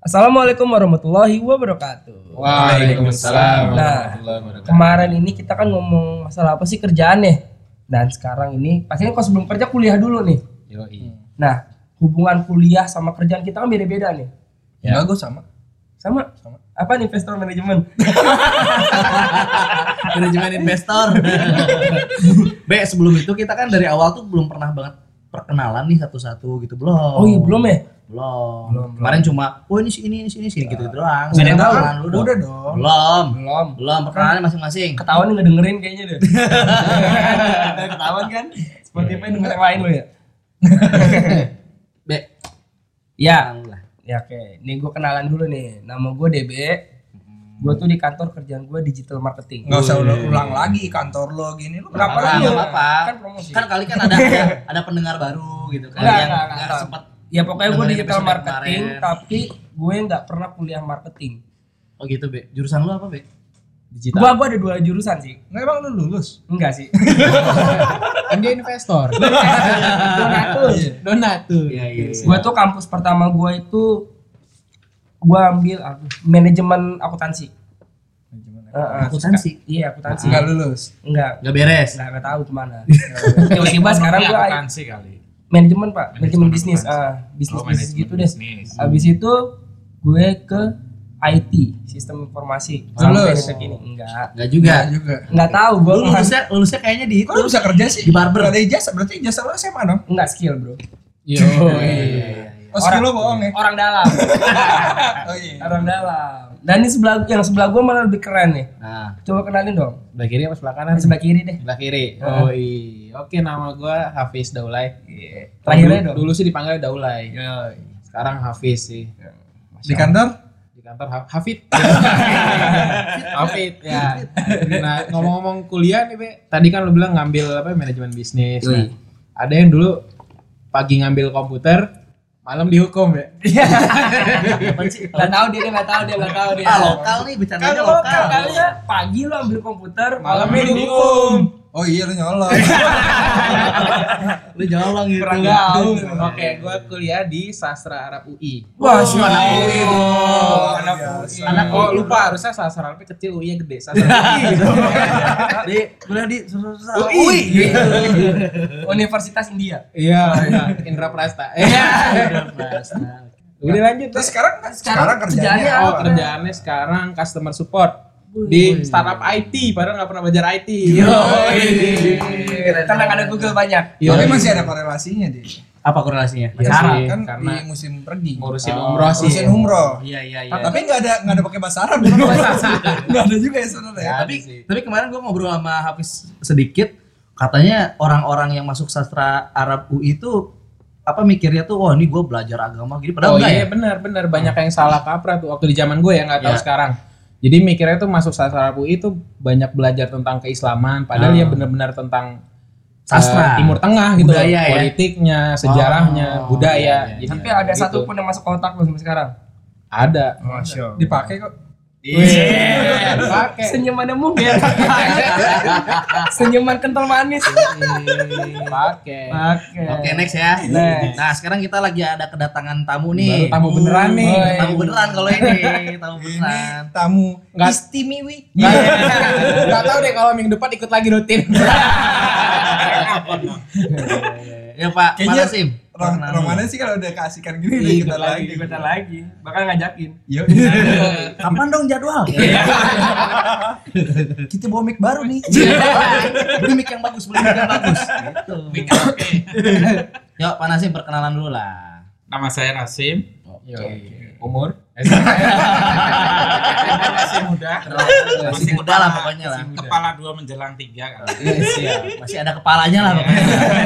Assalamualaikum warahmatullahi wabarakatuh. Waalaikumsalam Nah, warahmatullahi wabarakatuh. kemarin ini kita kan ngomong masalah apa sih kerjaan nih. Dan sekarang ini pastinya kalau sebelum kerja kuliah dulu nih. Yoi. Nah, hubungan kuliah sama kerjaan kita kan beda-beda nih. Ya. Enggak, gue sama. Sama? Apa nih investor manajemen? Manajemen investor. Sebelum itu kita kan dari awal tuh belum pernah banget perkenalan nih satu-satu gitu, belum. Oh iya belum ya? Belum. Kemarin cuma, oh ini sini gitu doang. Nggak ada yang tahu. Kenalan lu dong. Udah dong. Belum perkenalan masing-masing. Ketahuan nih ngedengerin kayaknya deh. Ketahuan kan? Spotify denger yang lain lo ya? Be. Ya. Tahu lah. Ya oke, nih gue kenalan dulu nih. Nama gue DB. Gue tuh di kantor kerjaan gue digital marketing. Nggak usah ulang lagi kantor lo gini lo Nggak kenapa apa-apa. lu? Nggak apa-apa. Kan promosi. Kan kali kan ada pendengar baru gitu kan yang nggak sempat. Ya pokoknya gue dengerin digital episode marketing, kemarin. tapi gue nggak pernah kuliah marketing. Oh gitu, Be. Jurusan lu apa, Be? Digital. Gue ada 2 jurusan sih. Nggak emang lu lulus? Enggak sih. Kan dia investor. Donatur. Iya. Gue tuh kampus pertama gue itu gue ambil manajemen akuntansi. Akuntansi? Iya akuntansi. Nggak lulus. Enggak. Nggak beres. Nggak tahu kemana. Tiba-tiba sekarang gue akuntansi kali. manajemen pak, manajemen bisnis, bisnis manajemen gitu deh. bisnis. Abis itu gue ke IT, sistem informasi. Sampai Lulus? detik ini enggak. Nggak juga. Nggak juga. Enggak tahu gue. Lu lulusnya kayaknya di Kok itu. lu bisa kerja sih? Di barber. Nggak ada ijazah, berarti ijazah lu SMA dong? Enggak skill bro. Yo. Oh skill lo bohong ya? Orang dalam. Oh iya. Orang dalam. Dan ini yang sebelah gue malah lebih keren nih. Nah, Coba kenalin dong. Sebelah kiri apa sebelah kanan? Yang sebelah kiri deh. Sebelah kiri. Oh iya. Oke, nama gua Hafiz Daulay. Terakhirnya dong. Dulu sih dipanggil Daulay. Sekarang Hafiz sih. Di kantor? Di kantor Hafid. Hafid ya. Nah, ngomong-ngomong kuliah nih, Be. Tadi kan lu bilang ngambil apa manajemen bisnis. Nah, ada yang dulu pagi ngambil komputer, malam dihukum ya. Nggak tahu dia. lokal nih bercandanya Kalau lokal. kalinya pagi lo ambil komputer, malamnya dihukum. Oh iya lu nyolong. Lu nyolong gitu. Kurang gaul. Oke, gua kuliah di Sastra Arab UI. Wah, anak UI, bro. Anak Biasa. UI. Oh, lupa harusnya Sastra Arab kecil, UI-nya gede. Sastra UI. Di kuliah di UI. Universitas India. Iya, Indra Prasta. Udah lanjut. Terus sekarang Sekarang kerjanya kerjaannya Oh, kerjaannya sekarang customer support di startup IT, padahal nggak pernah belajar IT. Tenang ada Google banyak. Tapi masih ada korelasinya di. Apa korelasinya? Iya Sekarang sih, kan karena di musim pergi. ngurusin umroh sih. Ngurusin umroh. Iya. Tapi nggak ada pakai bahasa Arab. Nggak ada juga ya sebenarnya. Ya. Tapi kemarin gua ngobrol sama Hafiz sedikit, katanya orang-orang yang masuk sastra Arab UI itu apa mikirnya tuh, wah ini gue belajar agama gitu, padahal Oh enggak iya ya? benar banyak yang salah kaprah tuh waktu di zaman gue ya, nggak tahu Iya. sekarang. Jadi mikirnya tuh masuk sastra Arab UI itu banyak belajar tentang keislaman, padahal ya benar-benar tentang Sastra. Timur Tengah gitu, Budaya ya? politiknya, sejarahnya, budaya. iya. Jadi Tapi ada gitu. satu pun yang masuk otak lo sampai sekarang. Ada. Dipakai kok. Pakai. Senyumannya mungil. Senyuman kental manis. Pakai. Oke, next ya. Next. Nah, sekarang kita lagi ada kedatangan tamu Baru nih. tamu beneran nih. Tamu beneran kalau ini, tamu Ini beneran. tamu Nggak- istimewa. Nggak tahu deh kalau minggu depan ikut lagi rutin. Ya Pak, Kayaknya mana Sim? Romana sih kalau udah keasikan gini udah Ikut ikutan lagi. Ikutan lagi. Bakal ngajakin. Yuk. Kapan dong jadwal? Kita bawa mic baru nih. Beli mic yang bagus, Gitu. Mic oke. Yuk, Pak Nasim perkenalan dulu lah. Nama saya Nasim. Umur? Masih muda. Masih muda lah pokoknya lah. Kepala 2 menjelang 3 kan. Masih ada kepalanya lah pokoknya.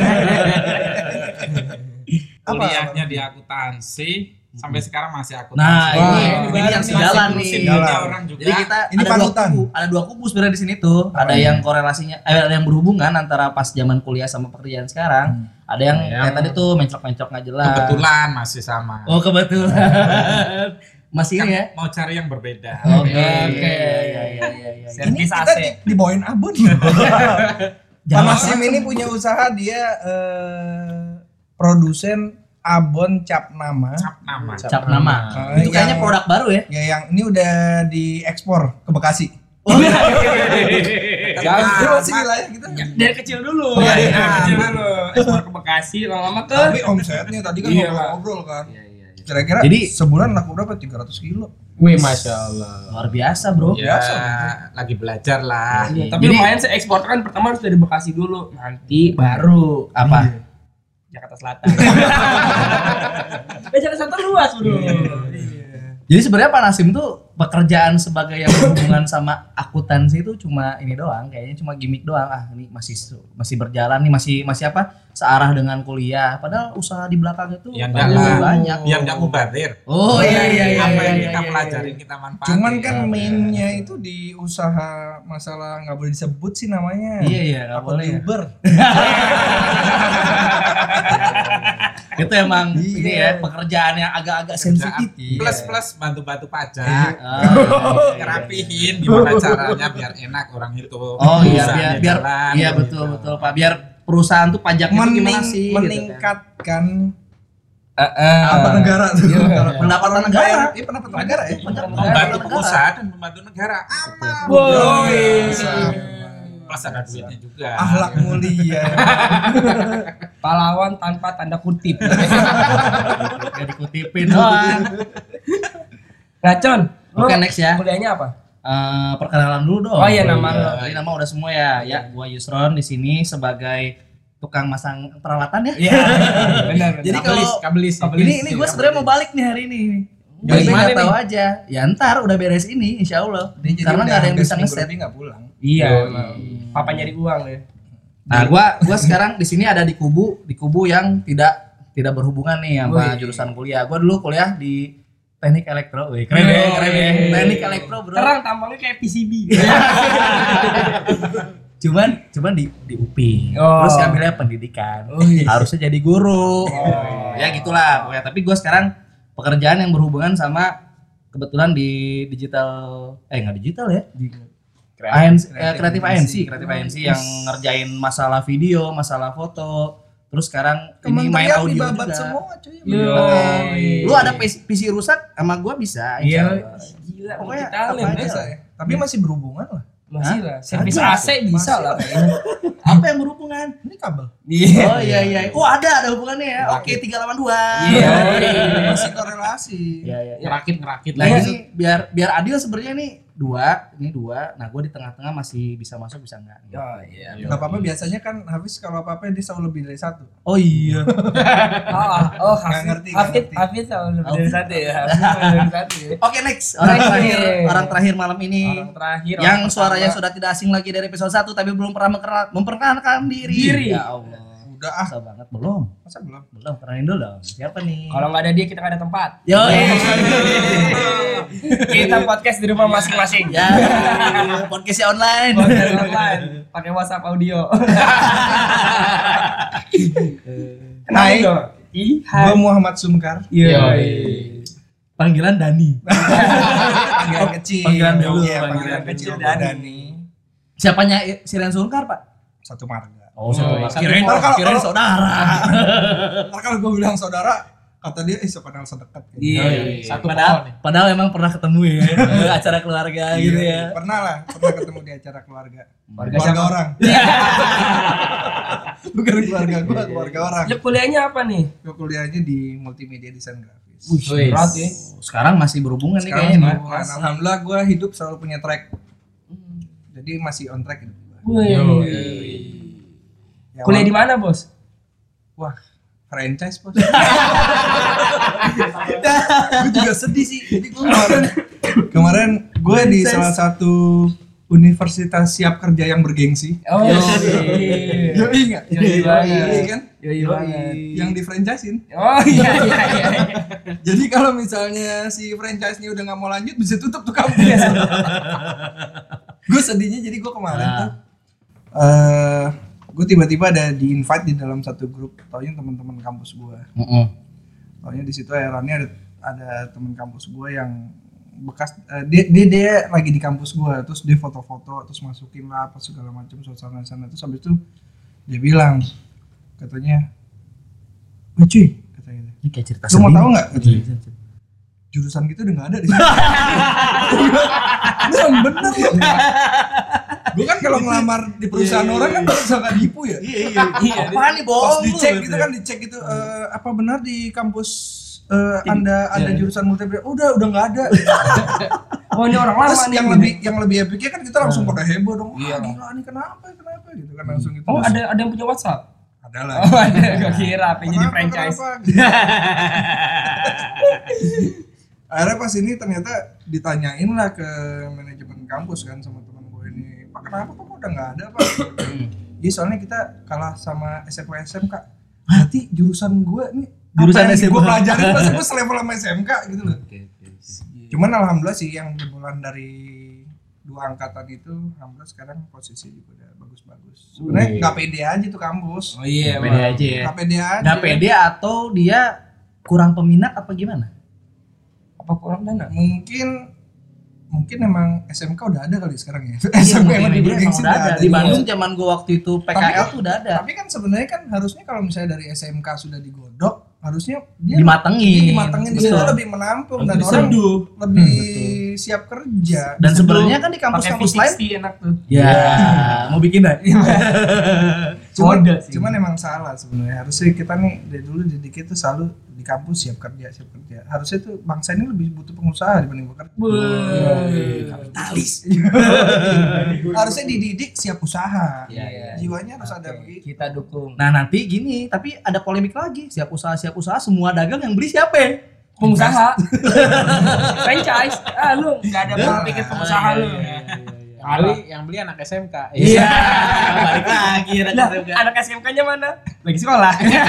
Kuliahnya di akuntansi sampai sekarang masih akuntansi. Nah, Wah, ini yang Masih sejalan ngurusin nih. dunia orang juga. Jadi kita Ini ada panutan. ada dua kubu sebenarnya di sini tuh. Ada yang korelasinya, ada yang berhubungan antara pas zaman kuliah sama pekerjaan sekarang. Ada yang kayak tadi tuh mencok-mencok nggak jelas. Kebetulan masih sama. Oh kebetulan. Masih Kan ini ya. mau cari yang berbeda. Oke. Oke. Iya. Ini Servis kita AC. dibawain abon. Pak Nasim ini punya usaha, dia produsen Abon Cap Nama. Cap nama. Cap nama. Itu kayaknya produk baru ya. Ya yang ini udah diekspor ke Bekasi. Oh iya. Itu masih wilayah kita. Dari kecil dulu. Iya, Dari iya. kecil dulu. Ekspor ke Bekasi, lama-lama ke Tapi omsetnya tadi kan Iya, ngobrol kan. Iya, iya, iya. Kira-kira Jadi- sebulan laku berapa? 300 kilo. Wih, masya Allah. Luar biasa, Bro. Ya, lagi belajar lah. Iya, tapi Jadi- lumayan saya ekspor kan pertama harus dari Bekasi dulu, nanti baru Apa? Jakarta Selatan. Jakarta Selatan luas bro. Jadi sebenarnya Pak Nasim tuh pekerjaan sebagai yang berhubungan sama akuntansi itu cuma ini doang, kayaknya cuma gimmick doang. Ah, ini masih berjalan nih, masih apa? Searah dengan kuliah. Padahal usaha di belakang itu Ya enggak lah. banyak. Biar enggak mubadir. Oh iya iya iya. Apa iya, yang iya, kita iya, pelajarin iya. kita manfaatin. Cuman kan mainnya itu di usaha masalah nggak boleh disebut sih namanya. Iya iya, enggak Apa boleh. Ya. Uber? Itu emang Iya. ini ya pekerjaan yang agak-agak sensitif. Plus bantu-bantu pajak. Ah, Ngerapihin gimana caranya biar enak orang itu. Oh iya Usahanya biar jalan, iya gitu. betul Pak, biar perusahaan tuh pajaknya tuh gimana sih gitu kan. Meningkatkan Ah. apa negara tuh? Pendapatan negara. Iya pendapatan negara ya. Membantu pengusaha dan membantu negara. Aman. Woi. Plus ada duitnya juga. Akhlak mulia. Pahlawan tanpa tanda kutip. Gak dikutipin doang. Racon. Oke, next ya. Kuliahnya apa? Perkenalan dulu dong. Oh iya, nama lu. Jadi nama udah semua ya. Ya, gua Yusron di sini sebagai tukang masang peralatan ya. Iya. Benar. Jadi kalau kabelis. ini gue sebenarnya mau balik nih hari ini. Balik Jadi mana nggak tahu nih? aja. Ya ntar udah beres ini, insya Allah. Dia jadi Karena udah nggak ada yang hampir bisa seminggu ngeset. lebih nggak pulang. Iya. emang. Papa nyari uang ya. Nah, gua sekarang di sini ada di kubu yang tidak berhubungan nih sama Wih. jurusan kuliah. Gua dulu kuliah di teknik elektro. Wih, keren deh, keren deh. Teknik elektro, Bro. Terang tampangnya kayak PCB. Cuman di UPI. Oh. Terus ngambilnya pendidikan. Oh, iya. Harusnya jadi guru. Ya gitulah pokoknya. Tapi gua sekarang pekerjaan yang berhubungan sama kebetulan di digital nggak digital ya. Kreatif ANC yang ngerjain masalah video, masalah foto. Terus sekarang ini main Kementerian audio dibabat juga. semua cuy. Yo. Lu ada PC rusak sama gua bisa. Iya. insyaallah. Gila. Pokoknya Kita apa aja Bisa ya. Tapi masih berhubungan lah. Masih lah. Servis Ada. AC bisa lah kayaknya. Apa yang berhubungan? Ini kabel. Iya. Oh iya. Oh ada hubungannya ya. Oke 382. Iya. Masih korelasi. Iya. Ngerakit Nah Iya. ini biar adil sebenarnya nih ini dua. Nah gue di tengah-tengah masih bisa masuk bisa enggak. Oh iya. Gak apa-apa biasanya kan Hafiz kalau apa-apa dia selalu lebih dari satu. Oh iya. Oh, Nggak ngerti, nggak Hafid ngerti. Hafid sama lebih dari satu ya. Hafid sama lebih dari satu ya. Oke next orang terakhir malam ini Orang terakhir. yang orang suaranya pertama. sudah tidak asing lagi dari episode 1 tapi belum pernah memperkenalkan diri. Ya Allah. Udah ah. Masa banget belum. Masa belum? Belum kenalin dulu dong. Siapa nih? Kalau nggak ada dia kita nggak ada tempat. Yo. Kita podcast di rumah masing-masing. Ya. Podcastnya online. Podcast online. Pakai WhatsApp audio. Hai. Hai. Gua Muhammad Sumkar. Panggilan Dani. Panggilan kecil. Panggilan dulu, Iya, panggilan panggilan kecil kecil Dani. Siapanya Siren Sungkar, Pak? Satu marga. Oh, Kirain kirain saudara. Ntar kalau gue bilang saudara, kata dia sok kenal sedekat. Iya. Satu Padahal emang pernah ketemu ya. Acara keluarga gitu ya. Pernah lah, pernah ketemu di acara keluarga. Keluarga Keluarga siapa? orang. Bukan keluarga gua, keluarga orang. Ya kuliahnya apa nih? Gue kuliahnya di multimedia desain grafis. Berat ya. Sekarang masih berhubungan nih Sekarang kayaknya. berhubungan. Alhamdulillah gue hidup selalu punya track. Jadi masih on track hidup gue. Wih. Ya, Kuliah di mana, Bos? Wah, franchise bos. Gue juga sedih sih. Jadi gue kemarin gue di salah satu universitas siap kerja yang bergengsi. Oh, Yoi nggak? Yoi banget. Yoi kan? Yoi banget. Yang di franchisein. Oh iya. Jadi kalau misalnya si franchise-nya udah nggak mau lanjut bisa tutup tuh kampus. Gue sedihnya jadi gue kemarin tuh gue tiba-tiba ada di invite di dalam satu grup, taunya teman-teman kampus gue. Taunya di situ herannya ada teman kampus gue yang bekas dia lagi di kampus gue, terus dia foto-foto, terus masukin lah apa segala macam suasana sana, terus habis itu dia bilang katanya, cuy katanya, Ini kayak cerita Lu mau sedih. tahu nggak? Jurusan gitu udah nggak ada di sini. Bener ya. Gue kan kalau ngelamar di perusahaan orang kan baru sangka nipu ya. Iya. Apaan nih bohong? Pas dicek gitu kan gitu apa benar di kampus Anda ada jurusan multimedia? Udah nggak ada. Oh ini orang lama Terus nih. yang lebih epicnya kan kita langsung pada heboh dong. Wah gila nih kenapa gitu kan langsung gitu. Oh ada yang punya WhatsApp? Ada lah. Oh ada, gue kira pengen jadi franchise. Akhirnya pas ini ternyata ditanyain lah ke manajemen kampus kan sama teman gue ini, Pak kenapa kok udah nggak ada Pak? Iya soalnya kita kalah sama SMK SMK. Berarti jurusan gue nih Jurusan apa yang SMK. gue pelajarin pas gue selevel sama SMK gitu loh. Cuman alhamdulillah sih yang jebolan dari 2 angkatan itu alhamdulillah sekarang posisi juga udah bagus-bagus. Sebenarnya nggak pede aja tuh kampus. Oh iya, Pede aja ya. Nggak pede aja. Nggak pede atau dia kurang peminat apa gimana? apa kurang dana? Mungkin emang SMK udah ada kali sekarang ya. Iya, SMK mungkin emang aja di emang Bergengsi udah ada. Di juga. Bandung zaman gua waktu itu PKL tuh udah ada. Tapi kan sebenarnya kan harusnya kalau misalnya dari SMK sudah digodok, harusnya dia Dimatengin. di situ Betul. lebih menampung dan Lebih orang seduh. lebih siap kerja. Dan sebenarnya kan di Pakai kampus-kampus lain V60 enak tuh. ya mau bikin dah. Kode sih. Cuman emang salah sebenarnya. Harusnya kita nih dari dulu dididik tuh selalu di kampus siap kerja. Harusnya tuh bangsa ini lebih butuh pengusaha dibanding bekerja. Kapitalis. Harusnya dididik siap usaha. Iya. Jiwanya harus ada begitu. Kita dukung. Nah nanti gini, tapi ada polemik lagi. Siap usaha semua dagang yang beli siapa? Ya? Pengusaha. Franchise. Lu enggak ada pikir pengusaha lu. yang beli anak SMK. Iya. Balik lagi Lah, anak SMK-nya mana? Lagi sekolah.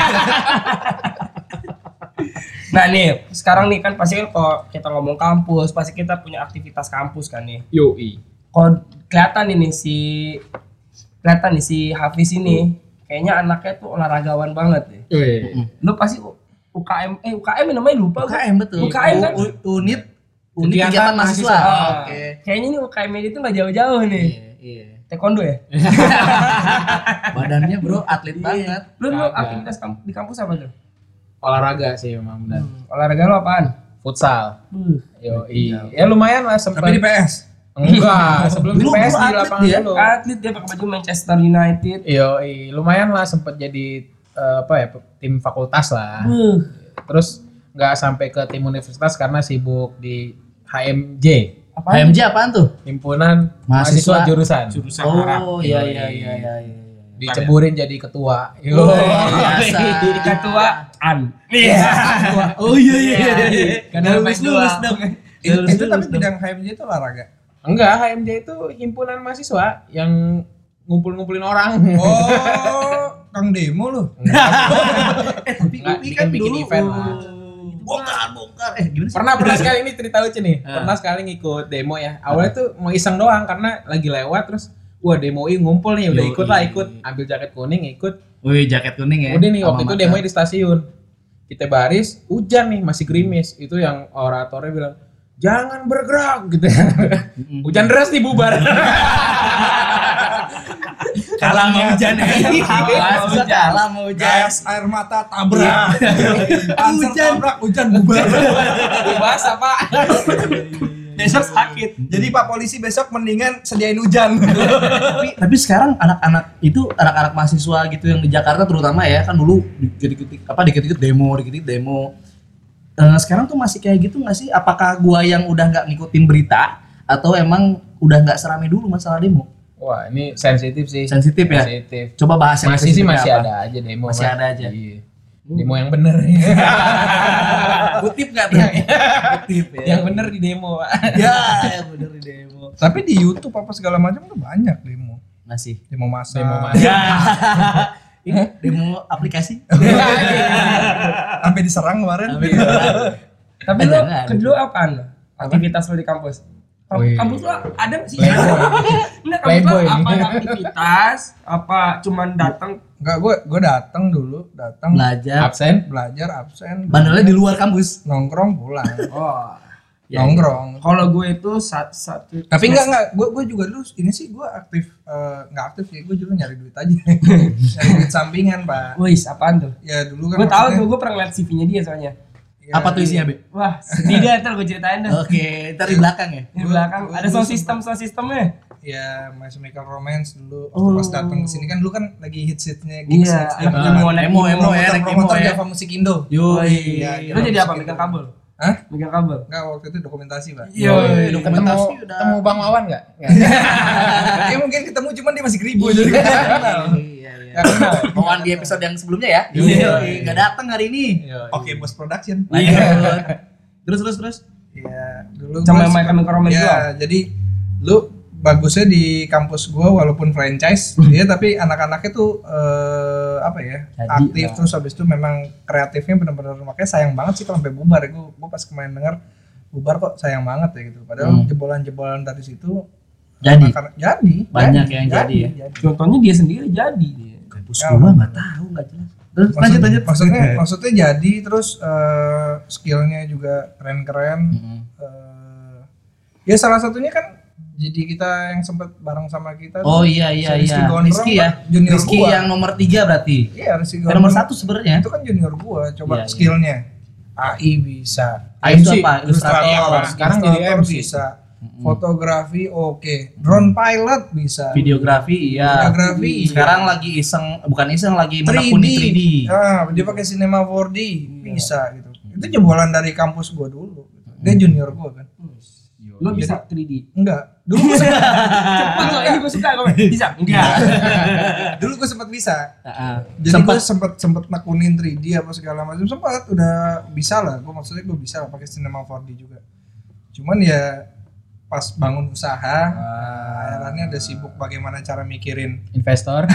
Nah nih, sekarang nih kan pasti kan kalau kita ngomong kampus, pasti kita punya aktivitas kampus kan nih. Yoi. Kalau kelihatan si Hafiz ini, kayaknya anaknya tuh olahragawan banget deh. Lu pasti UKM namanya lupa. UKM betul. UKM kan? Unit Kegiatan kegiatan mahasiswa. Ah, Oke. Kayaknya ini UKM itu nggak jauh-jauh nih. Iya. Taekwondo ya? Badannya bro atlet banget. Lu Kagak. aktivitas di kampus apa tuh? Olahraga sih memang benar. Olahraga lu apaan? Futsal. Yoi. Ya lumayan lah sempat. Tapi di PS. Enggak, sebelum di Dulu PS di atlet lapangan dia. dulu. Atlet dia pakai baju Manchester United. Yoi, lumayan lah sempat jadi tim fakultas lah. Terus nggak sampai ke tim universitas karena sibuk di HMJ, HMJ apaan tuh? himpunan Mahasiswa. mahasiswa jurusan. Jurusan Arab. Oh iya. Diceburin jadi ketua. Oh, biasa. Ketua An. Oh iya. Karena lulus dong. Itu tapi bidang HMJ itu olahraga. Enggak, HMJ itu himpunan mahasiswa yang ngumpul-ngumpulin orang. Oh, Kang Demo lu. Tapi Nggak, UI kan bikin dulu event lah. bongkar. Gimana sih? Pernah sekali ini cerita lucu nih. Pernah sekali ngikut demo ya. Awalnya tuh mau iseng doang karena lagi lewat terus wah demo ngumpul nih, udah ikut ambil jaket kuning ikut. Wih, jaket kuning ya. Udah nih waktu Alma itu mater. demonya di stasiun. Kita baris, hujan nih masih gerimis. Itu yang oratornya bilang, "Jangan bergerak" gitu. Hujan deras nih bubar. Kalah mau hujan. Kalah mau hujan. Gas air mata tabrak. Panser tabrak hujan bubar. Bahas apa? Besok sakit. Jadi Pak polisi besok mendingan sediain hujan. Tapi sekarang anak-anak mahasiswa gitu yang di Jakarta terutama ya kan dulu dikit-dikit demo. Sekarang tuh masih kayak gitu nggak sih? Apakah gua yang udah nggak ngikutin berita atau emang udah nggak seramai dulu masalah demo? Wah, ini sensitif sih. Sensitif ya? Sensitif. Coba bahas yang Masih sih sensitifnya masih apa? ada aja demo. Masih Mas. ada aja. Iya. Demo yang bener. Kutip nggak tuh? Kutip ya. Yang bener di demo, Pak. Ya, yang bener di demo. Tapi di YouTube apa segala macam tuh banyak demo. Masih. Demo massa. Demo massa. Ya. Ini demo aplikasi. Sampai diserang kemarin. Tapi lu Jangan. kedua apaan? Aktivitas lu di kampus? Wih. Kampus lu ada nggak sih? Playboy. Enggak, kampus lu Playboy ini. apa ada aktivitas? Apa cuman datang? Enggak, gue datang Belajar. Absen. belajar absen, Bandelnya di luar kampus. nongkrong pulang. Oh. nongkrong. Kalau gue itu satu. Tapi enggak, gue juga dulu ini sih gue aktif enggak aktif ya, gue juga nyari duit aja. Nyari duit sampingan, Pak. Wis, apaan tuh? Ya dulu kan Gue tahu tuh, gue pernah ngeliat CV-nya dia soalnya. Ya, Apa tuh isinya, Be? Wah, sedih dah, ntar gue ceritain dah. Oke, ntar di belakang ya. Di belakang ada sound sistemnya. Ya, My Chemical Romance dulu Oh. pas datang ke sini kan dulu kan lagi hits-hitsnya Iya, zaman emo ya, promotor Java Musik Indo. Yoi. Iya, Lo jadi Musik apa? Indo. Megang kabel? Hah? Megang kabel? Enggak, waktu itu dokumentasi, Pak. Yoi, dokumentasi udah. Ketemu Bang Wawan enggak? Ya mungkin ketemu cuman dia masih kribo jadi nggak kenal. Iya. Bawahan di episode yang sebelumnya ya. Iya. Enggak datang hari ini. Oke, Bos Production. Terus. Iya, dulu Sama gua My Chemical Romance ya, doang? jadi lu bagusnya di kampus gua walaupun franchise dia tapi anak-anaknya tuh apa ya, Jadi, aktif lah. terus habis itu memang kreatifnya benar-benar, makanya sayang banget sih kalau sampai bubar ya. Gua pas kemarin denger bubar kok sayang banget ya gitu, padahal jebolan-jebolan dari situ Jadi. jadi Banyak yang jadi ya. Contohnya dia sendiri jadi. Kampus gua enggak tahu, enggak jelas. Terus lanjut. Maksudnya jadi terus skillnya juga keren-keren. Ya salah satunya kan jadi kita yang sempat bareng sama kita. Oh iya. Rizky ya. Junior Rizky gua. yang nomor 3 berarti. Iya, Rizky Nomor Gondrong. 1 sebenarnya. Itu kan junior gua. Coba Iya, skillnya. AI bisa. AI itu MC, apa? Ilustrator. Sekarang jadi Ilustrator MC. bisa. Fotografi oke. Drone pilot bisa. Videografi iya. Videografi, iya. Sekarang lagi bukan iseng lagi menekuni 3D. Ah, dia pakai Cinema 4D bisa gitu. Itu jebolan dari kampus gua dulu. Dia junior gua kan. Lo bisa 3D? Enggak. Dulu gua sempat Cepet lo, ini gue suka kok. Bisa? Enggak. dulu gua sempat bisa. Heeh. Jadi gue sempet nekunin 3D apa segala macam, sempat udah bisa lah. Gue maksudnya gue bisa lah pakai Cinema 4D juga. Cuman ya pas bangun usaha, akhirnya ada sibuk bagaimana cara mikirin. Investor.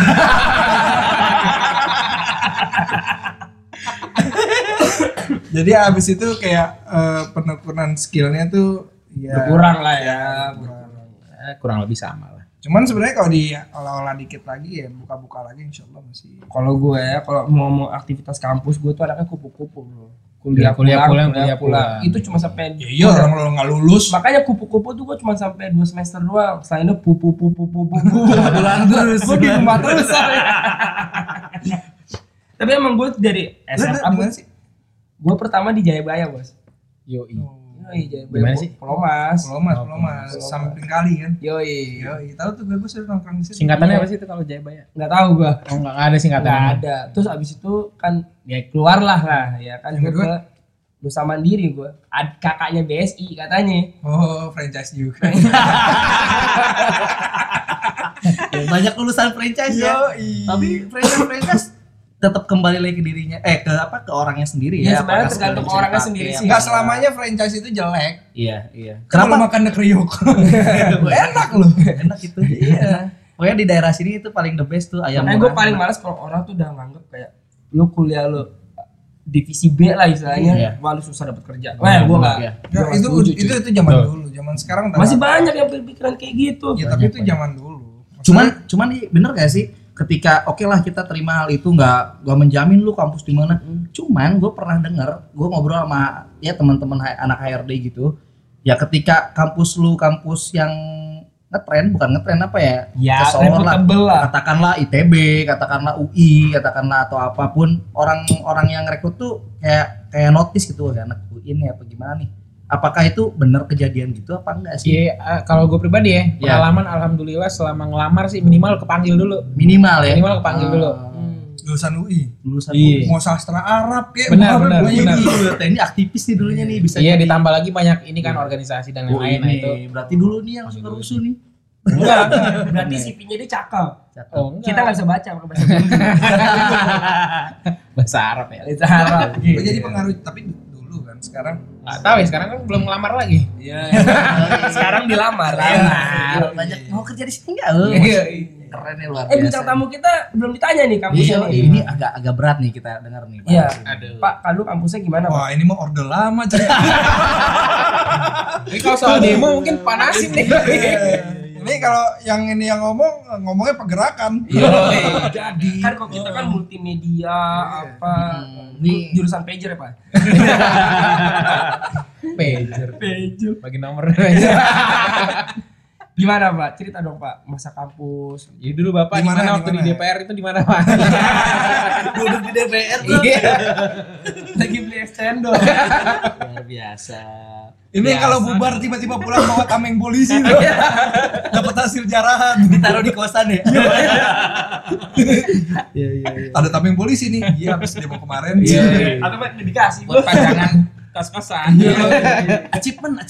Jadi abis itu kayak penekunan skillnya tuh ya Berkurang lah ya. Kurang lebih sama lah. Cuman sebenarnya kalau diolah-olah dikit lagi ya buka-buka lagi insya Allah masih. Kalau gue ya, kalau mau aktivitas kampus gue tuh anaknya kupu-kupu bro. Kuliah Kuliah pulang. pulang. Itu cuma sampai Ya iya orang lo nggak lulus. Makanya kupu-kupu tuh gue cuma sampai 2 semester doang. Setelah itu pulang terus. Gue di rumah terus. Tapi emang gue dari SMA Gimana sih? gue pertama di Jayabaya bos. Yoi. Yoi, Jayabaya. Gimana sih? Pelomas. Pelomas, samping kali kan. Yoi. Tahu tuh gue sering nongkrong di situ. Singkatannya apa sih itu kalau Jayabaya? Nggak tahu gue. Oh enggak ada singkatannya. Nggak ada. Terus abis itu kan ya keluar lah ya kan. Yang Gue kedua? ke Nusa Mandiri gue. Kakaknya BSI katanya. Oh, franchise juga. Banyak lulusan franchise ya. Yoi. Tapi franchise tetap kembali lagi ke dirinya ke orangnya sendiri Ya, ya. sebenarnya Apakah tergantung skill orangnya bisa sendiri dipakai, sih. Enggak apa selamanya franchise itu jelek. Iya. Kenapa makan de kriuk? Enak loh. Enak itu. Iya. Pokoknya di daerah sini itu paling the best tuh ayam. Makanya gue murah. paling males kalau orang tuh udah nganggep kayak lu kuliah lu divisi B lah istilahnya, Iya. wah lu susah dapat kerja. Wah, gue nggak. Iya. Ya, Gua itu setuju, cuy. itu zaman dulu, zaman sekarang udah Masih nggak- banyak yang berpikiran kayak gitu. Ya tapi itu zaman dulu. Cuman nih, bener gak sih ketika oke lah kita terima hal itu nggak menjamin lu kampus di mana. Cuman gue pernah denger, gue ngobrol sama ya teman-teman anak HRD gitu. Ya ketika kampus lu kampus yang ngetren, bukan ngetren apa ya? Ya, kesohor reputable lah. Katakanlah ITB, katakanlah UI, katakanlah atau apapun, orang-orang yang rekrut tuh kayak notice gitu, ya anak UI ini apa gimana nih? Apakah itu benar kejadian gitu apa enggak sih? Iya, kalau gue pribadi ya, pengalaman alhamdulillah selama ngelamar sih minimal kepanggil dulu. Minimal ya. Minimal kepanggil dulu. lulusan UI. Lulusan Iya. Mau sastra Arab kayak Benar, kemarin benar, gua benar. ini. Ini aktivis nih dulunya nih bisa. Iya, jadi. ditambah lagi banyak ini kan organisasi dan Oh, lain-lain nah ini. itu. Berarti dulu nih yang suka rusuh nih. Enggak, berarti CV-nya dia cakep. Oh, enggak. Kita nggak bisa baca pakai bahasa Inggris. bahasa Arab ya. Bahasa Arab. Gua jadi pengaruh tapi dulu kan sekarang Nggak tahu ya, sekarang kan belum ngelamar lagi. Iya. Sekarang dilamar. Lamar. Banyak mau kerja di sini enggak? Iya. Keren nih luar biasa. Bintang tamu kita belum ditanya nih kampusnya Iya, nih. ini agak berat nih kita dengar nih. Pak. Iya. Aduh. Pak, kalau kampusnya gimana, Pak? wah ini mah orde lama cerita. Ini kalau soal demo mungkin panasin nih. Ini kalau yang ini yang ngomongnya pergerakan. Jadi kan kok kita kan multimedia apa Nih. jurusan pager ya, Pak? Pager. Bagi nomor aja. Gimana Pak? Cerita dong Pak, masa kampus. Jadi dulu Bapak gimana waktu di DPR itu di mana Pak? Duduk di DPR tuh. Lagi beli es cendol. Luar biasa. Ini kalau bubar tiba-tiba pulang bawa tameng polisi tuh. Dapat hasil jarahan. Ditaruh di kosan ya. Iya. Ada tameng polisi nih. Iya, habis demo kemarin. Iya. Atau Pak dikasih Buat pajangan kos-kosan. Achievement.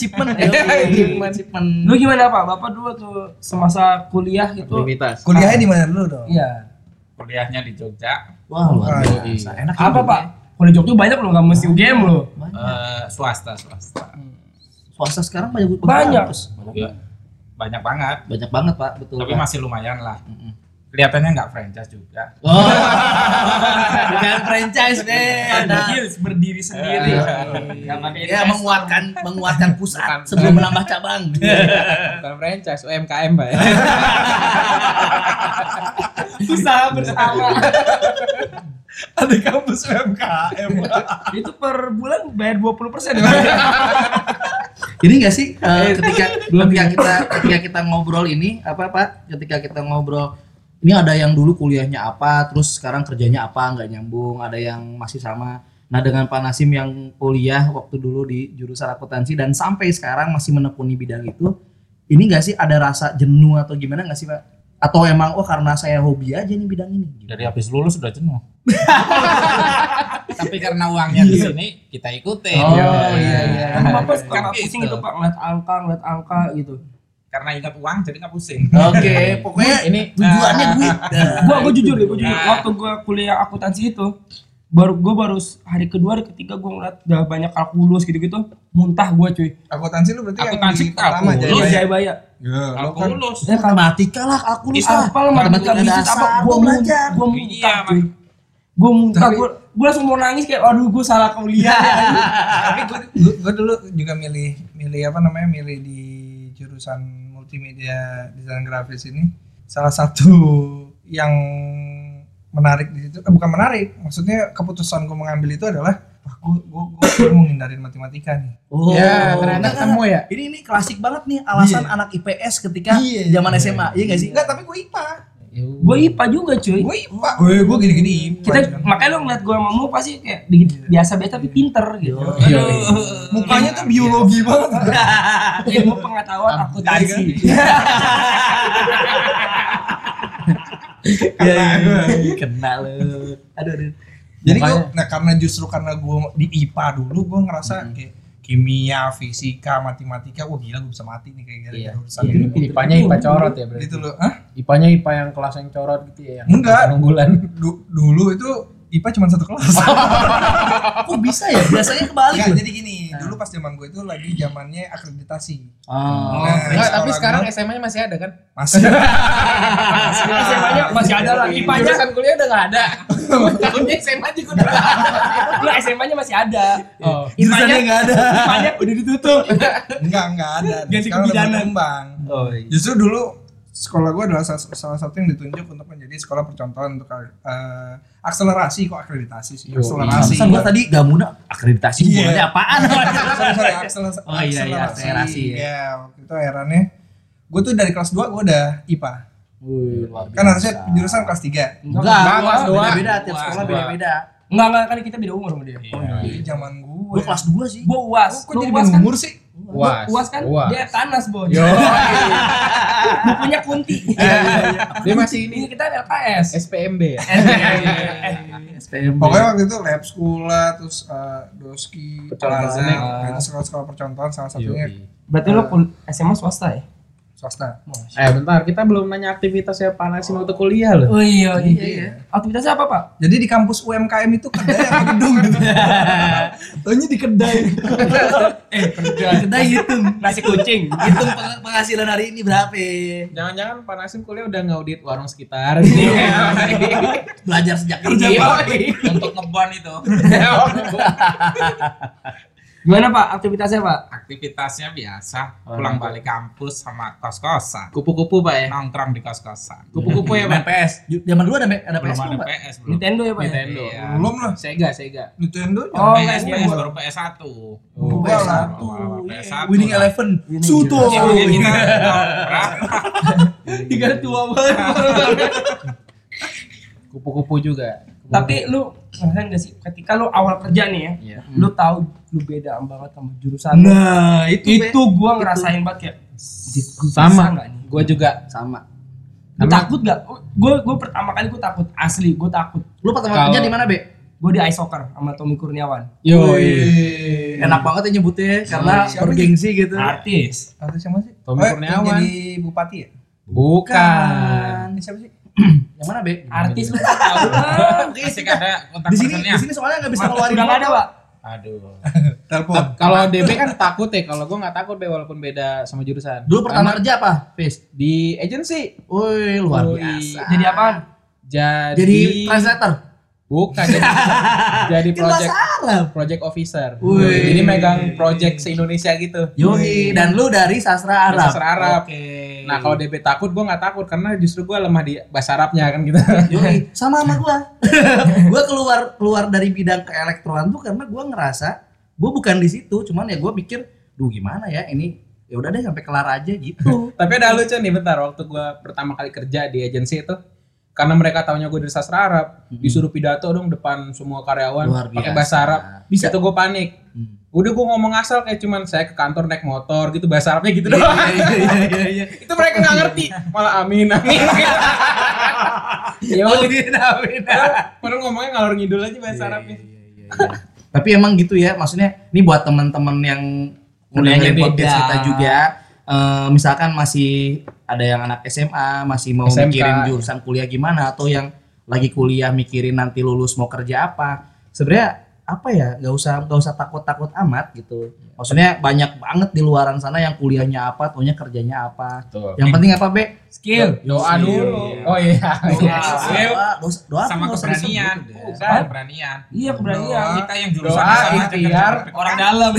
Lu gimana Pak? Bapak dulu tuh semasa kuliah itu. Aktivitas. Kuliahnya di mana dulu dong? Iya. Kuliahnya di Jogja, Wah, luar biasa. Enak Apa Pak? Kuliah Jogja banyak loh, nggak mesti UGM loh. swasta. Swasta sekarang banyak. Ya, banyak banget. Banyak banget, Pak, betul. Tapi masih lumayan lah. Kelihatannya nggak franchise juga. Oh. Bukan franchise deh. Berdiri sendiri. Ya menguatkan pusat sebelum menambah cabang. Bukan franchise, UMKM Pak ya. Usaha bersama. Ada kampus UMKM. Itu per bulan bayar 20% ya. Jadi nggak sih ketika kita ngobrol ini apa Pak? Ketika kita ngobrol ini ada yang dulu kuliahnya apa, terus sekarang kerjanya apa, nggak nyambung, ada yang masih sama. Nah dengan Pak Nasim yang kuliah waktu dulu di jurusan akuntansi dan sampai sekarang masih menekuni bidang itu, ini nggak sih ada rasa jenuh atau gimana nggak sih Pak? Atau emang karena saya hobi aja nih bidang ini? Dari habis lulus sudah jenuh. Tapi karena uangnya di sini kita ikutin. Oh iya. Bapak suka Kan pusing gitu. itu Pak, ngeliat angka gitu. Karena ingat uang jadi nggak pusing. Oke, pokoknya Ini tujuannya duit. Gua jujur deh, waktu gua kuliah akuntansi itu baru hari kedua hari ketiga gua ngeliat udah banyak kalkulus gitu-gitu, muntah gua cuy. Akuntansi lu berarti Akuntansi yang di pertama kalkulus. Jayabaya. Jayabaya. Ya, lu kan Kalkulus. Ya matematika lah, kalkulus lah. Apa lah matematika bisnis apa gua belajar. muntah cuy. Gua muntah, gua langsung mau nangis kayak aduh gua salah kuliah. tapi gue dulu juga milih di jurusan multimedia desain grafis ini. Salah satu yang menarik di situ, bukan menarik, maksudnya keputusan gue mengambil itu adalah gue mau ngindarin matematika nih. Oh, ya, ternyata ketemu ya. Ini klasik banget nih alasan anak IPS ketika zaman SMA, iya nggak sih? Enggak, tapi gue IPA. Gua IPA juga cuy. Gue IPA. Gue gini-gini IPA. Makanya lo ngeliat gua sama mu pasti kayak biasa-biasa tapi pinter gitu. Mukanya tuh biologi banget. Ilmu pengetahuan akuntansi. Kena lu. Aduh. Jadi karena gue di IPA dulu gue ngerasa kayak kimia, fisika, matematika, wah gila gue bisa mati nih kayak gara-gara urusan ini. IPA-nya IPA corot ya berarti. Gitu loh. Hah? IPA-nya IPA yang kelas yang corot gitu ya, yang Enggak. unggulan. Dulu itu IPA cuma satu kelas. Kok bisa ya? Biasanya kebalik. Enggak, jadi gini, dulu pas zaman gue itu lagi zamannya akreditasi. Oh, Enggak, tapi sekolah sekarang gua- SMA-nya masih ada kan? Masih. SMA-nya masih ada lagi. IPA-nya Jurusan kuliah udah enggak ada. Tahunnya SMA juga udah enggak ada. lu SMA-nya masih ada. Oh. Jurusannya enggak ada. IPA-nya udah ditutup. Enggak ada. Ganti Sekarang udah kebidanan. berkembang. Oh, iya. Justru dulu sekolah gue adalah salah satu yang ditunjuk untuk menjadi sekolah percontohan untuk akselerasi, kok akreditasi sih. Akselerasi. Pesan gua tadi Gamuda akreditasi Iya. hubungannya apaan? Sorry, akselerasi. Oh iya, akselerasi ya. Iya, waktu itu erannya gue tuh dari kelas 2 gue udah IPA. Luar Kan biasa. harusnya jurusan kelas 3. Enggak, kelas dua. beda-beda, tiap sekolah beda-beda. Enggak kan kita beda umur sama dia. Di zaman gue. Gua kelas 2 sih. Gua UAS. Kok Lu jadi UAS beda kan? umur sih? UAS kan dia Tanas Bon. Bukunya Kunti. Dia masih Ini ini kita LKS. SPMB ya. SPMB. Pokoknya waktu itu lab sekolah, terus Doski, Percontohan. Plaza, itu sekolah-sekolah percontohan salah satunya Berarti lu SMA swasta ya? swasta. Bentar, kita belum nanya aktivitasnya Pak Nasim waktu kuliah loh. Oh iya. Aktivitasnya apa, Pak? Jadi di kampus UMKM itu kedai apa gedung gitu. Taunya di kedai. Kedai hitung. Nasi kucing. Hitung penghasilan hari ini berapa? Jangan-jangan Pak Nasim kuliah udah ngaudit warung sekitar gitu. Belajar sejak Kerja ini. bakti untuk ngebon itu. Gimana Pak aktivitasnya Pak? Aktivitasnya biasa, pulang balik kampus sama kos-kosan. Kupu-kupu Pak ya. Nongkrong di kos-kosan. Kupu-kupu ya Main Pak. PS. Zaman dulu ada Belum PS ada belum, Pak? PS belum. Nintendo ya Pak? Nintendo. Iya. Belum lah. Sega. Nintendo Oh, PS, iya, PS iya. baru PS1. PS1. PS1. Winning Eleven. Suto. Iya, kita nongkrong. Tiga tua banget. Kupu-kupu juga. Tapi lu ngerasain gak sih ketika lu awal kerja nih ya, Iya. lu tahu lu beda banget sama jurusan lu. Nah, Itu gua ngerasain banget kayak Sama. nggak nih? Gua juga. sama. Lu takut gak? Gua pertama kali gua takut, asli gua takut. Lu pertama Kalau- kerja di mana, Be? Gua di ice soccer sama Tommy Kurniawan. Enak banget ya nyebutnya karena Siapa bergengsi gitu. Artis. Artis siapa sih? Tommy yang Kurniawan. jadi bupati ya? Bukan. Ini siapa sih? Yang mana, Be? Artis lu nggak tahu kan? Asik ada kontak Di personnya. sini soalnya nggak bisa ngeluarin Udah nggak ada foto. Pak. Aduh. Telepon. Kalau DB kan takut ya, kalau gua nggak takut be walaupun beda sama jurusan. Dulu pertama Karena kerja apa, Fis? di agency. Woi, luar Woi. biasa. Jadi apaan? Jadi translator. Bukan jadi Kan bahasa Arab. project officer. Wih. Jadi megang project se-Indonesia gitu. Yoi, dan lu dari sastra Arab. Sastra Arab. Oke. Nah, kalau DB takut gua nggak takut karena justru gua lemah di bahasa Arabnya kan gitu. Yoi, sama gua. Gua keluar dari bidang keelektronan tuh karena gua ngerasa gua bukan di situ, cuman ya gua mikir, duh gimana ya ini, ya udah deh sampai kelar aja gitu. Tapi ada lucu nih bentar waktu gua pertama kali kerja di agensi itu karena mereka taunya gue dari sastra Arab, disuruh pidato dong depan semua karyawan Luar pakai biasa. bahasa Arab. Bisa. Itu gue panik. Udah gue ngomong asal kayak cuman saya ke kantor naik motor gitu bahasa Arabnya gitu doang. Iya. Itu mereka nggak ngerti. Malah amin. Ya Amin. padahal ngomongnya ngalor ngidul aja bahasa Arabnya. Tapi emang gitu ya, maksudnya ini buat teman-teman yang Kuliahnya ngedengerin podcast beda. kita juga, misalkan masih ada yang anak SMA masih mau SMK. mikirin jurusan kuliah gimana, atau yang lagi kuliah mikirin nanti lulus mau kerja apa, sebenarnya apa ya, nggak usah takut amat gitu. Maksudnya banyak banget di luaran sana yang kuliahnya apa, taunya kerjanya apa. Betul. Yang penting apa, Be? Skill. Doa dulu. Oh iya. Doa Sama nggak usah keberanian. disebut, ya. Bukan keberanian. Iya keberanian. Kita yang jurusan Doa, sama ikhtiar, Orang dalam.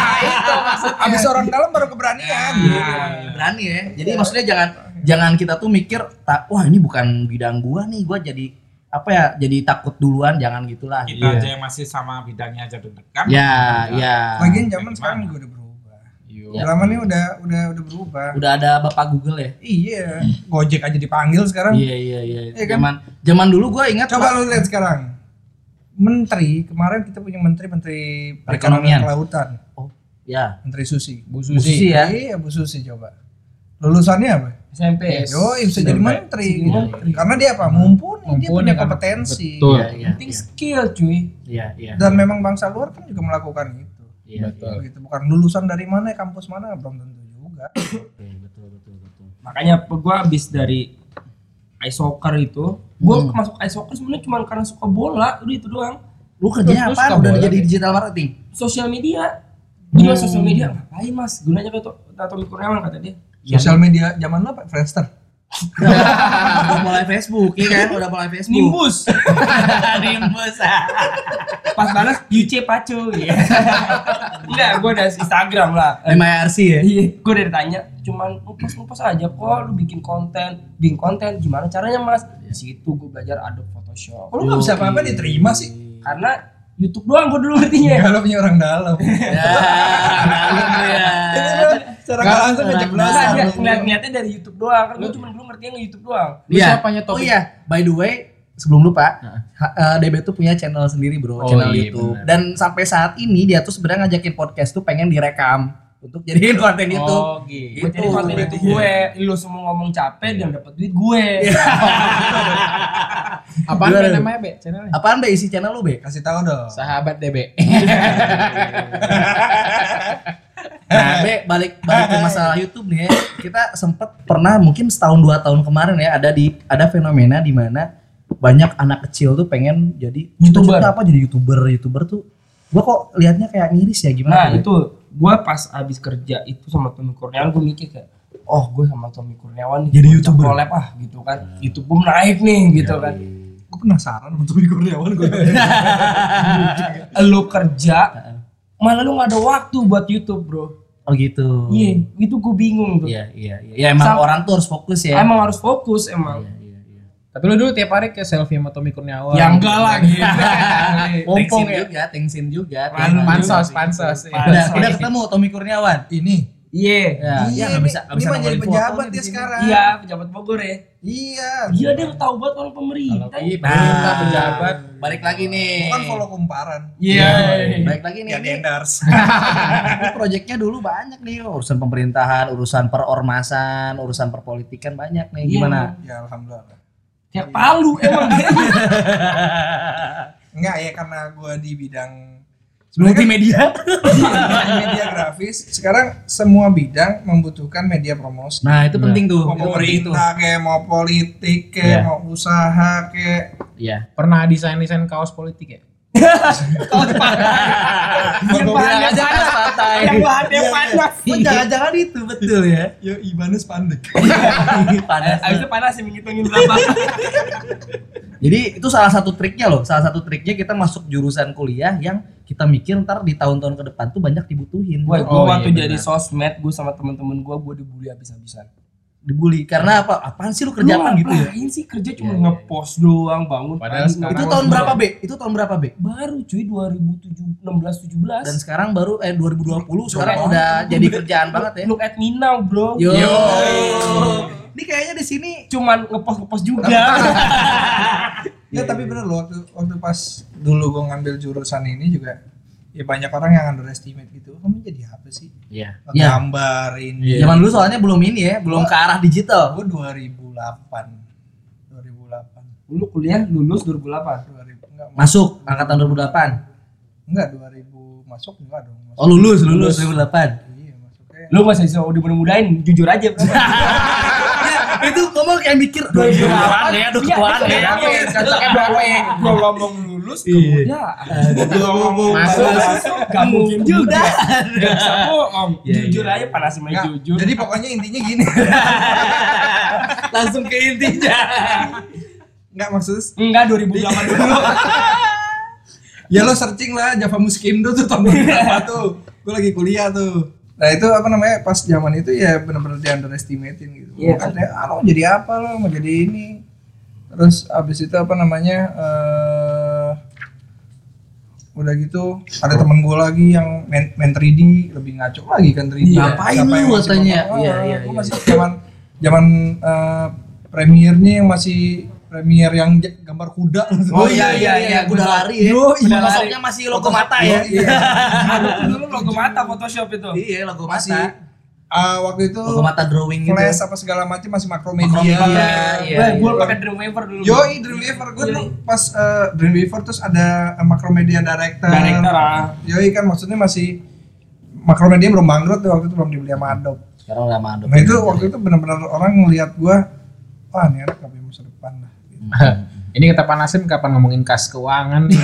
Abis orang dalam baru keberanian. Berani ya. Jadi maksudnya jangan kita tuh mikir, wah ini bukan bidang gua nih, gua jadi apa ya, jadi takut duluan, jangan gitulah. Kita aja yang masih sama bidangnya aja deg-degan. Ya. Lagian zaman sekarang juga udah berubah. Ya. Zaman ini udah berubah. Udah ada Bapak Google ya? Iya, Gojek aja dipanggil sekarang. Iya. Iya kan? Zaman dulu gua ingat Coba lu lihat sekarang. Menteri, kemarin kita punya menteri Perekonomian. Kelautan. ya, Menteri Susi. Bu Susi ya. Iya, Bu Susi coba. Lulusannya apa? SMP. Yoi, bisa jadi menteri. Menteri. Karena dia apa? Mumpuni, dia Mumpuni punya kan. kompetensi. Betul. Iya. Penting skill cuy. Iya. Dan memang bangsa luar kan juga melakukan itu. Iya. Betul. Gitu. Bukan lulusan dari mana, kampus mana, belum tentu juga. Oke, betul. Makanya gua habis dari ice soccer itu, gua masuk ice soccer sebenarnya cuma karena suka bola, udah itu doang. Lu kerjanya Terus apa? suka Udah bola jadi nih? digital marketing? Sosial media. Gila sosial media ngapain Mas? Gunanya apa tuh? Tommy Kurniawan kata dia. Sosial media zaman lu apa? Friendster. Udah mulai Facebook, ya kan? Udah mulai Facebook. Nimbus. Nimbus. Pas balas UC Pacu ya. Enggak, gua ada Instagram lah. MIRC ya? Iya, gue udah ditanya, cuman ngupas aja kok, lu bikin konten, gimana caranya Mas? Di situ gue belajar Adobe Photoshop. Kok lu nggak bisa apa-apa diterima sih? Karena YouTube doang gue dulu ngertinya. Kalau punya orang dalam. Ya, dalam ya. Secara nggak langsung Nggak, ngejeblos. Nah, dia Dalam. ngeliat-ngeliatnya dari YouTube doang, kan gue cuma dulu ngertinya nge-YouTube doang. Lu Iya. siapanya Oh Topik? iya, by the way, sebelum lupa, DB tuh punya channel sendiri bro, Oh channel iya, YouTube. benar. Dan sampai saat ini dia tuh sebenarnya ngajakin podcast tuh pengen direkam untuk jadiin konten YouTube. Oh gitu. Gue jadi konten itu gue, lu semua ngomong capek dan dapat duit gue. Apaan Gimana Be lu? namanya Be channelnya? Apaan Be isi channel lu Be? Kasih tahu dong. Sahabat DB. Nah, Be, balik ke masalah YouTube nih ya. Kita sempet pernah mungkin setahun 2 tahun kemarin ya ada fenomena di mana banyak anak kecil tuh pengen jadi YouTuber. cita-cita apa jadi YouTuber tuh. Gua kok liatnya kayak miris ya, gimana? Nah Be? itu, gue pas abis kerja itu sama Tommy Kurniawan, gue mikir kayak, oh gue sama Tommy Kurniawan nih, Jadi gua YouTuber. collab gitu kan, YouTube gue naik nih gitu kan. Gue penasaran untuk Tommy Kurniawan gue. Lu kerja malah lu nggak ada waktu buat YouTube bro. Oh gitu. Iya, itu gue bingung tuh. Iya. Ya emang orang tuh harus fokus ya. Emang harus fokus emang. Iya. Tapi lu dulu tiap hari ke selfie sama Tommy Kurniawan. Ya enggak lah gitu. Mumpung ya. Thanksin juga. Pansos. Udah ketemu Tommy Kurniawan. Ini. Iya. Ya nggak bisa ini mah jadi nongolin pejabat foto dia di sini. sekarang. Iya, pejabat Bogor ya. Iya. Dia tahu banget orang pemerintah. Pemerintah pejabat. Balik lagi nih. Bukan follow kumparan. Iya. Balik lagi nih. Ya di endorse. Ini proyeknya dulu banyak nih, urusan pemerintahan, urusan perormasan, urusan perpolitikan banyak nih. Gimana? Ya alhamdulillah. Kayak Palu emang. Enggak ya karena gue di bidang Multimedia. media grafis. Sekarang semua bidang membutuhkan media promosi. Nah, itu penting tuh. Mau Itu penting tuh. pemerintah kayak mau politik kayak Iya. mau usaha kayak Iya. Pernah desain kaos politik ya? Yang bahannya panas. santai. Yang bahannya panas. Oh, jangan-jangan itu betul ya. yo Ibanus pandek. Panas. Abis itu panas sih menghitungin berapa. Jadi itu salah satu triknya loh. Salah satu triknya kita masuk jurusan kuliah yang kita mikir ntar di tahun-tahun ke depan tuh banyak dibutuhin. Gue Oh, waktu iya, jadi benar. sosmed, gue sama temen-temen gue dibully habis-habisan. Dibully karena apa? Apaan sih lu kerja apa gitu ya? Ngapain sih kerja cuma Iya. ngepost doang, bangun Padahal pagi, sekarang Itu ngepost tahun doang. berapa, Be? Itu tahun berapa, Be? Baru cuy 2016-17. Dan sekarang baru 2020 sekarang Jauh udah banget. jadi kerjaan banget ya. Look at me now bro. Yo. Yo. Ini kayaknya di sini Cuman ngepost juga. Ya tapi bener loh waktu pas dulu gue ngambil jurusan ini juga ya banyak orang yang underestimate gitu. Kamu jadi apa sih? Iya. Ya. Gambar ini. Iya. Zaman dulu soalnya belum ini ya, belum ke arah digital. Gue 2008. Lu kuliah lulus 2008. 2000 enggak Masuk angkatan 2008. enggak 2000 masuk enggak dong. Masuk. Oh, lulus 2008. Iya, masuknya. Lu masih bisa dimudah-mudahin, jujur aja. Itu ngomong kayak mikir, aduh ketuaan ya, aduh ketuaan ya. Cocoknya berapa ya? Gua ngomong lulus kemudian. Gua ngomong Masuk. gak mungkin juga. Gak bisa bohong. Iya, Jujur iya. aja panas sama Enggak, jujur. jadi pokoknya intinya gini. Langsung ke intinya. Enggak maksud Enggak 2008 dulu. ya lo searching lah Java Muskindo tuh tahun berapa tuh. Gue lagi kuliah tuh. Nah itu apa namanya pas zaman itu ya benar-benar di underestimatein gitu. Iya. Katanya lo jadi apa lo mau jadi ini. Terus abis itu apa namanya udah gitu ada temen gue lagi yang main 3D lebih ngaco lagi kan 3D. Iya. Ngapain Siapa lu yang masih katanya? ngomong, Iya, iya, Gue iya. masih zaman premiernya yang masih premier yang gambar kuda. Oh iya, kuda lari ya. Yo, iya. Photoshopnya masih logo mata ya. Iya. Dulu logo mata Photoshop itu. Iya, logo Masih mata. waktu itu Logo mata drawing gitu. Flash apa segala macam masih Macromedia. Makromedia. Iya. Gue pakai Dreamweaver dulu. Yoi Dreamweaver gue Iya. tuh pas Dreamweaver terus ada Macromedia Director. Yoi kan maksudnya masih Macromedia belum bangkrut tuh waktu itu belum dibeli sama Adobe. Sekarang udah mandop. Nah itu waktu itu benar-benar orang ngelihat gua, wah ini anak gak punya masa depan lah. Ini kita panasin kapan ngomongin kas keuangan nih.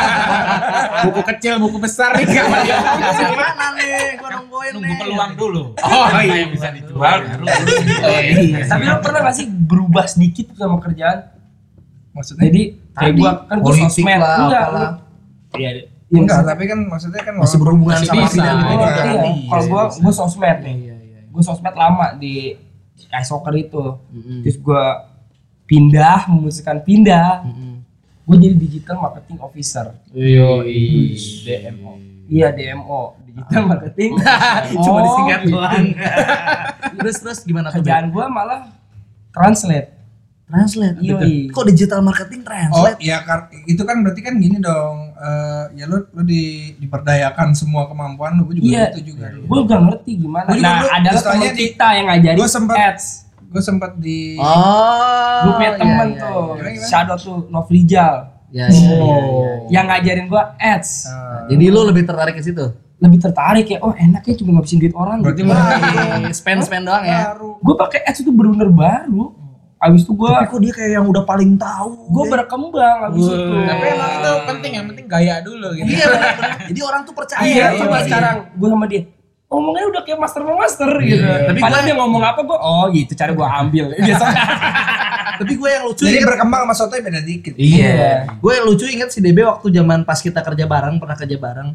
Buku kecil, buku besar nih kapan ya? Mana nih? Gua nungguin Nunggu nih. peluang dulu. Oh Apa iya, yang bisa dijual baru. Tapi lo pernah gak sih berubah sedikit sama kerjaan? Maksudnya? Jadi kayak Tadi gua kan gua politik sosmed lah, enggak. apalah. Iya. Enggak, tapi kan maksudnya kan Masih berhubungan Masih sama bisa. bidang Oh, ini kan. iya. Kalau gua sosmed nih. Iya. Gue sosmed lama di iSoccer itu. Mm-mm. Terus gue memutuskan pindah. Gue jadi digital marketing officer. Yo, DMO. Iya DMO, digital marketing. Cuma disingkat doang. Terus gimana tuh? Kerjaan gue malah translate. Translate. Yoi. Kok digital marketing Oh translate? iya itu kan berarti kan gini dong, ya lu diperdayakan semua kemampuan lu, gua juga Iya. itu juga dulu. Gue gak ngerti gimana. Gua juga Nah dulu adalah istilahnya teman kita yang ngajarin gua sempet- ads. Gue sempat di Oh. Gue punya temen iya, tuh, iya. Shadow tuh Novrijal, Iya. yang ngajarin gue ads. Jadi lu lebih tertarik ke situ? Lebih tertarik ya, oh enaknya cuma ngabisin duit orang. Berarti gitu. lu Spend doang ya. baru. Gue pakai ads itu bener-bener baru. Abis itu gue Tapi kok dia kayak yang udah paling tahu. berkembang abis itu. Tapi emang itu penting, yang penting gaya dulu gitu. Iya benar. Jadi orang tuh percaya. Iya, sama coba dia. sekarang gue sama dia ngomongnya udah kayak master gitu. Tapi Padahal gua- dia ngomong apa gue, oh gitu cara gue ambil. Biasanya. Tapi gue yang lucu Jadi inget- berkembang sama sotoy beda dikit. Iya. Gue yang lucu inget si DB waktu zaman pas kita kerja bareng, pernah kerja bareng.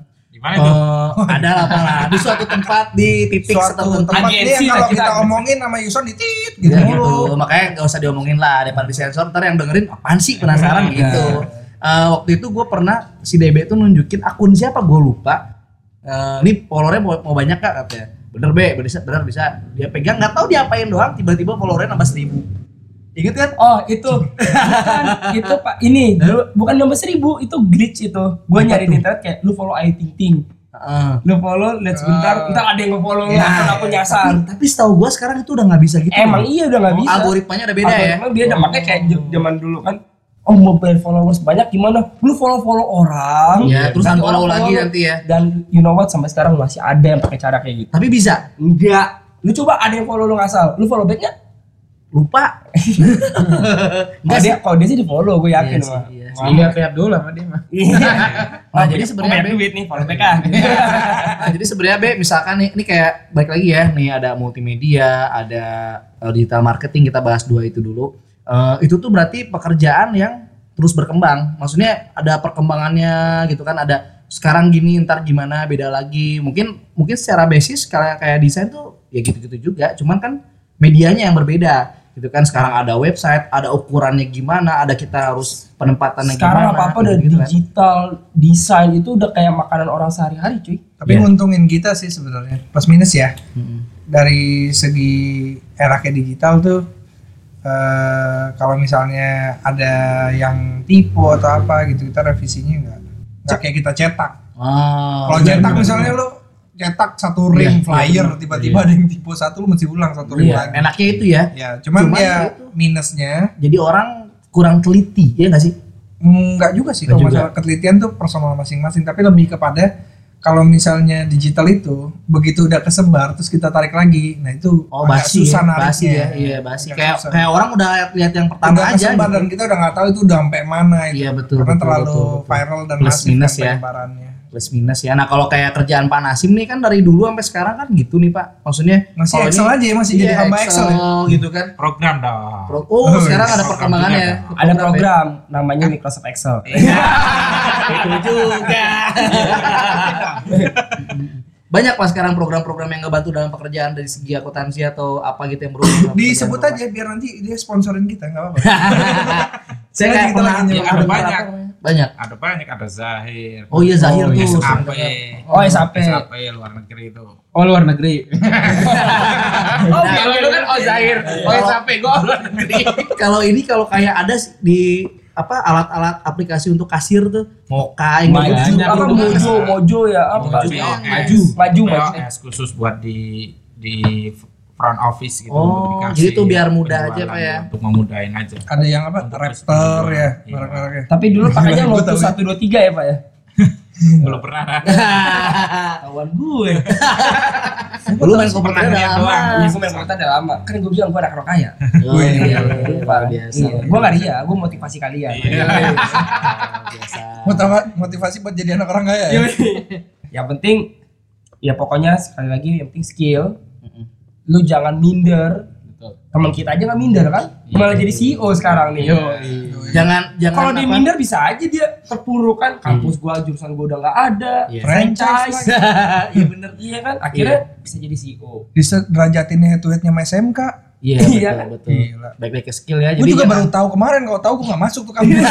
Mana itu? Ada lah apalah di suatu tempat di titik Suatu tempat nih Agensi yang lah kalau kita. kita omongin sama Yuson ditit gitu gitu, mulu. makanya nggak usah diomongin lah daripada disensor ntar yang dengerin apaan sih penasaran gitu. Waktu itu gue pernah si DB tuh nunjukin akun siapa gue lupa. Ini followernya mau banyak kak katanya. Bener bener bisa. Dia pegang nggak tahu diapain doang tiba-tiba followernya nambah 1.000. Ingat kan? Oh itu bukan, itu pak ini bukan nomor 1.000, itu glitch itu. Gue nyari di internet kayak lu follow Ayu Ting Ting, lu follow lihat sebentar, ntar ada yang nge-follow lu, aku nyasar. Tapi setahu gue sekarang itu udah nggak bisa gitu. Emang iya udah nggak bisa. Algoritmanya udah beda ya. Algoritma beda, makanya kayak zaman dulu kan. Oh mau bayar followers banyak gimana? Lu follow orang. Ya, terus nanti unfollow orang lagi follow. nanti ya. Dan you know what, sampai sekarang masih ada yang pakai cara kayak gitu. Tapi bisa. Enggak. Lu coba ada yang follow lu ngasal, lu follow backnya? Lupa. Enggak dia, kalau dia sih di follow, gue yakin Iya sih, mah. iya Wah, Lihat-lihat dulu lah sama dia mah. Nah, jadi sebenarnya banyak duit nih follow back ah. Nah, jadi sebenarnya Be, misalkan nih, ini kayak balik lagi ya, nih ada multimedia, ada digital marketing, kita bahas dua itu dulu. Itu tuh berarti pekerjaan yang terus berkembang. Maksudnya ada perkembangannya gitu kan, ada sekarang gini, ntar gimana, beda lagi. Mungkin secara basis kayak desain tuh ya gitu-gitu juga, cuman kan medianya yang berbeda. Gitu kan, sekarang ada website, ada ukurannya gimana, ada kita harus penempatannya Sekarang gimana. apa-apa udah gitu kan. digital, desain itu udah kayak makanan orang sehari-hari cuy. Tapi Iya. nguntungin kita sih sebenarnya. Plus minus ya. Dari segi era kayak digital tuh kalau misalnya ada yang tipu atau apa gitu, kita revisinya nggak kayak kita cetak. Oh, Kalau cetak misalnya lu cetak satu ring flyer, tiba-tiba ada yang tipu satu, lu mesti ulang satu ring lagi. enaknya itu ya. Ya, cuman Cuman ya itu. minusnya Jadi orang kurang teliti, ya nggak sih? enggak juga sih Nggak kalau juga. masalah ketelitian tuh personal masing-masing, tapi lebih kepada kalau misalnya digital itu begitu udah kesebar terus kita tarik lagi, nah itu Oh, agak basi susah ya, nariknya. basi ya, iya basi. Agak Kayak susah. kayak orang udah lihat yang pertama udah aja. kesebar Gitu. dan kita udah nggak tahu itu udah sampai mana itu. Iya, betul, Karena betul, terlalu betul. viral dan Plus masif minus kan ya. penyebarannya. Plus minus ya. Nah kalau kayak kerjaan Pak Nasim nih kan dari dulu sampai sekarang kan gitu nih Pak. Maksudnya Masih kalau Excel ini- aja ya, masih iya, jadi hamba Excel ya? gitu kan. Program dong. Oh sekarang ada Program perkembangannya. juga Ada program namanya Microsoft Excel. Itu juga. Banyak Pak sekarang program-program yang ngebantu dalam pekerjaan dari segi akuntansi atau apa gitu yang berhubungan. dengan Disebut pekerjaan aja biar nanti dia sponsorin kita, nggak apa-apa. Saya Soalnya kayak kita pernah lagi nyewa. Ada ada banyak. Banyak. Ada banyak, ada Zahir. Oh iya Zahir tuh. SAP. Oh, SAP. SAP luar negeri itu. Oh luar negeri. Oh, Kalau itu kan Zahir. Oh sampai gua luar negeri. Kalau ini kalau kayak ada di apa alat-alat aplikasi untuk kasir tuh Moka yang Maju, gitu. apa Mojo ya apa? Mojo Maju. POS khusus buat di front office gitu Oh, untuk dikasih jadi tuh biar mudah aja, penjualan Pak, ya? Untuk memudahin aja. Ada yang apa? Untuk Raptor ya, Iya. merek-mereknya. Tapi dulu pakainya Gua Lotus tahu. 1 2 3 ya, Pak ya? Belum pernah. Kawan gue. Lu main komputer Pernah udah lihat lama. doang. Iya, gue main komputer udah lama. Kan gue bilang gue anak orang kaya. Oh, iya, Pak. luar biasa. Iya. Gue gak ria, gue motivasi kalian. Iya. Biasa. Motivasi buat jadi anak orang kaya ya. Yang penting ya pokoknya sekali lagi yang penting skill. Lu jangan minder. Teman kita aja gak minder kan? Malah jadi CEO sekarang nih. Jangan Kalau dia apa? minder bisa aja dia terpuruk kan. Kampus gua, jurusan gua udah gak ada. Iya. Franchise. Iya bener. Iya kan? Akhirnya bisa jadi CEO. Derajatin head to headnya sama SMK. Iya Iya. betul betul. Gila. Baik-baik ke skill ya. Gue juga baru tahu kemarin, kalau tahu gue nggak masuk tuh kampus.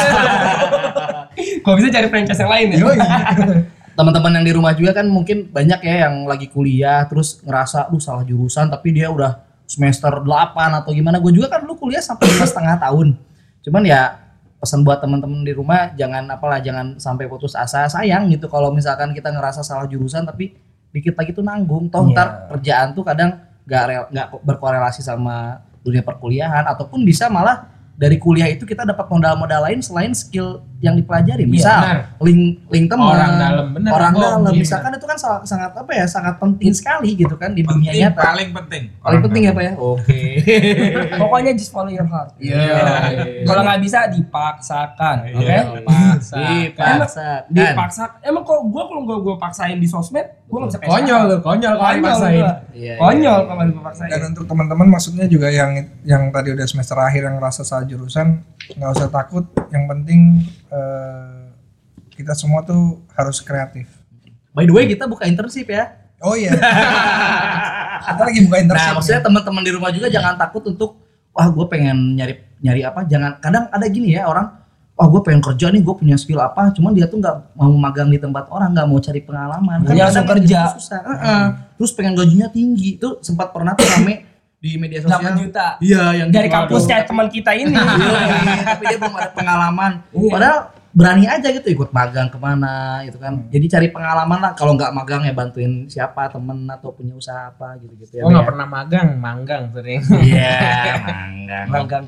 Kok bisa cari franchise yang lain ya? Yoi. teman-teman yang di rumah juga kan mungkin banyak ya yang lagi kuliah terus ngerasa salah jurusan tapi dia udah semester 8 atau gimana. Gue juga kan dulu kuliah sampai 5,5 tahun. Cuman ya pesan buat teman-teman di rumah jangan sampai putus asa. Sayang gitu kalau misalkan kita ngerasa salah jurusan tapi dikit lagi tuh nanggung. Toh Iya. ntar kerjaan tuh kadang nggak berkorelasi sama dunia perkuliahan ataupun bisa malah dari kuliah itu kita dapat modal-modal lain selain skill yang dipelajari. Misal benar. link teman, Orang dalam, benar, orang Bang. dalam. Iya, Misalkan itu kan sangat apa ya? Sangat penting sekali gitu kan di dunia Penting, nyata. paling penting. Paling penting ya Pak ya. Oke. Pokoknya just follow your heart. Kalau nggak bisa dipaksakan, oke? Dipaksa. Dipaksa. Emang kalau gue paksain di sosmed, gue nggak bisa kayak Konyol lu, konyol kalau dipaksain. gua. Iya, Konyol kalau nggak dipaksain. Dan untuk teman-teman maksudnya juga yang tadi udah semester akhir yang ngerasa salah jurusan, nggak usah takut. Yang penting kita semua tuh harus kreatif. By the way kita buka internship ya. Oh iya. Kita lagi buka internship. Nah, maksudnya teman-teman di rumah juga jangan takut untuk wah gue pengen nyari apa. Jangan, kadang ada gini ya orang, wah gue pengen kerja nih, gue punya skill apa, cuman dia tuh nggak mau magang di tempat orang, nggak mau cari pengalaman. Kan langsung kerja. Susah. Terus pengen gajinya tinggi. Itu sempat pernah tuh rame di media sosial. 8 juta. Iya, yang dari kampus kayak teman kita ini. Tapi dia belum ada pengalaman. Padahal berani aja gitu ikut magang kemana gitu kan. Jadi cari pengalaman lah. Kalau nggak magang ya bantuin siapa temen atau punya usaha apa gitu-gitu ya. Oh nggak pernah manggang sering. Iya, Magang.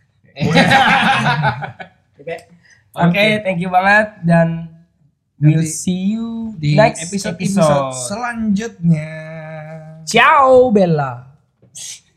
Oke, thank you banget dan we'll see you di next episode episode selanjutnya. Ciao Bella.